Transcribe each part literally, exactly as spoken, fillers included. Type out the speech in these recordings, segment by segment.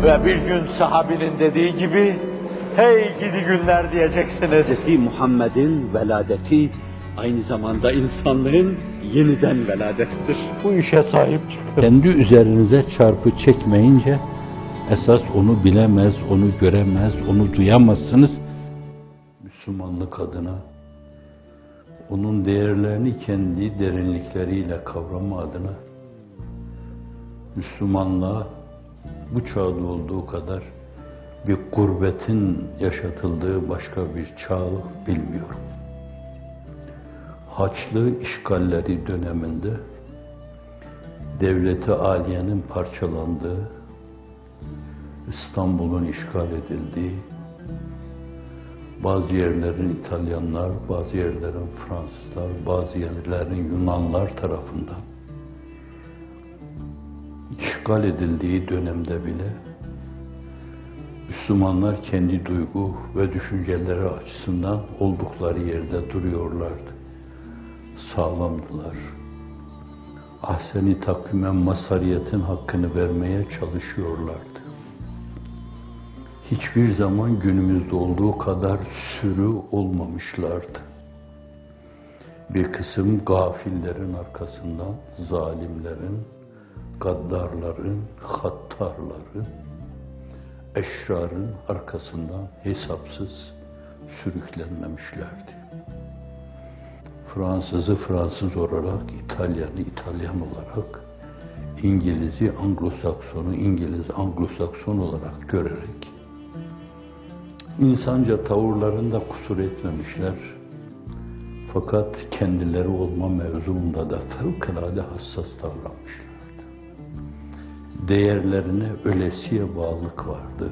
Ve bir gün sahabinin dediği gibi, hey gidi günler diyeceksiniz. Hazreti Muhammed'in veladeti aynı zamanda insanlığın yeniden veladettir. Bu işe sahip çıkın. Kendi üzerinize çarpı çekmeyince, esas onu bilemez, onu göremez, onu duyamazsınız. Müslümanlık adına, onun değerlerini kendi derinlikleriyle kavrama adına, Müslümanlığa bu çağda olduğu kadar bir gurbetin yaşatıldığı başka bir çağ bilmiyorum. Haçlı işgalleri döneminde devleti aliyenin parçalandığı, İstanbul'un işgal edildiği, bazı yerlerin İtalyanlar, bazı yerlerin Fransızlar, bazı yerlerin Yunanlar tarafından işgal edildiği dönemde bile Müslümanlar kendi duygu ve düşünceleri açısından oldukları yerde duruyorlardı. Sağlamdılar. Ahsen-i takvimen mazhariyetin hakkını vermeye çalışıyorlardı. Hiçbir zaman günümüzde olduğu kadar sürü olmamışlardı. Bir kısım gafillerin arkasından zalimlerin, gaddarların, hattarların, eşrarın arkasından hesapsız sürüklenmemişlerdi. Fransızı Fransız olarak, İtalyanı İtalyan olarak, İngiliz'i Anglo-Sakson'u İngiliz Anglo-Sakson olarak görerek insanca tavırlarında kusur etmemişler. Fakat kendileri olma mevzuunda da fevkalade hassas davranmışlardı. Değerlerine ölesiye bağlılık vardı.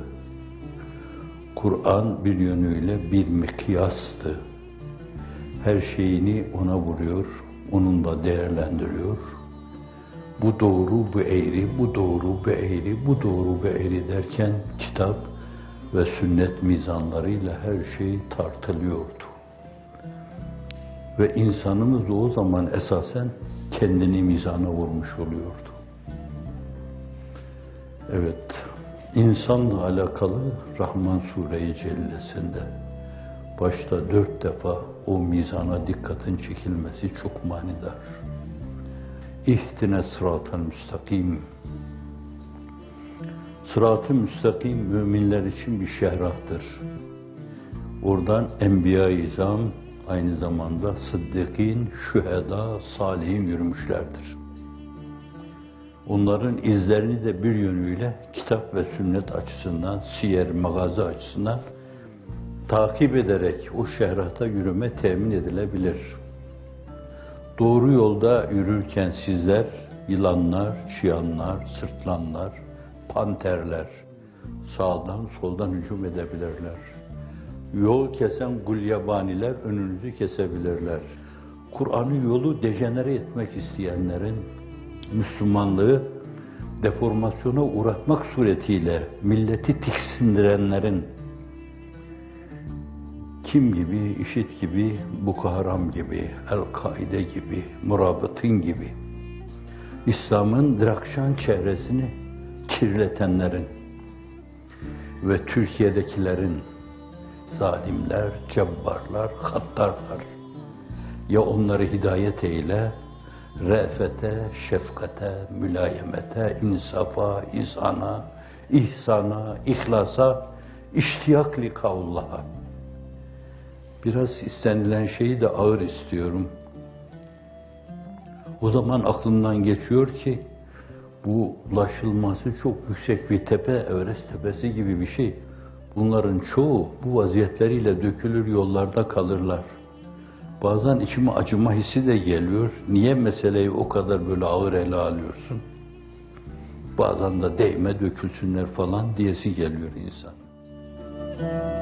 Kur'an bir yönüyle bir mikyastı. Her şeyini ona vuruyor, onunla değerlendiriyor. Bu doğru, bu eğri, bu doğru, bu eğri, bu doğru, bu eğri derken kitap ve sünnet mizanlarıyla her şey tartılıyordu. Ve insanımız o zaman esasen kendini mizana vurmuş oluyordu. Evet, insanla alakalı Rahman Sure-i Cellesi'nde başta dört defa o mizana dikkatin çekilmesi çok manidar. İhtine sırat-ı müstakim. Sırat-ı müstakim müminler için bir şehrahtır. Oradan Enbiya-i İzam, aynı zamanda Sıddıkîn, Şühedâ, Salihin yürümüşlerdir. Onların izlerini de bir yönüyle kitap ve sünnet açısından, siyer, magazi açısından takip ederek o şehrata yürüme temin edilebilir. Doğru yolda yürürken sizler, yılanlar, çıyanlar, sırtlanlar, panterler sağdan soldan hücum edebilirler. Yol kesen gulyabaniler önünüzü kesebilirler. Kur'an'ı yolu dejenere etmek isteyenlerin, Müslümanlığı deformasyona uğratmak suretiyle milleti tiksindirenlerin, kim gibi, IŞİD gibi, Boko Haram gibi, El-Kaide gibi, Murabıtın gibi, İslam'ın Drakşan çehresini kirletenlerin ve Türkiye'dekilerin, zalimler, cebbarlar, hattarlar, ya onları hidayet eyle, re'fete, şefkate, mülayemete, insafa, izana, ihsana, ihlasa, iştiyakli kavlaha. Biraz istenilen şeyi de ağır istiyorum. O zaman aklımdan geçiyor ki, bu ulaşılması çok yüksek bir tepe, Everest tepesi gibi bir şey. Bunların çoğu bu vaziyetleriyle dökülür, yollarda kalırlar. Bazen içime acıma hissi de geliyor. Niye meseleyi o kadar böyle ağır ele alıyorsun? Bazen de değme dökülsünler falan diyesi geliyor insan.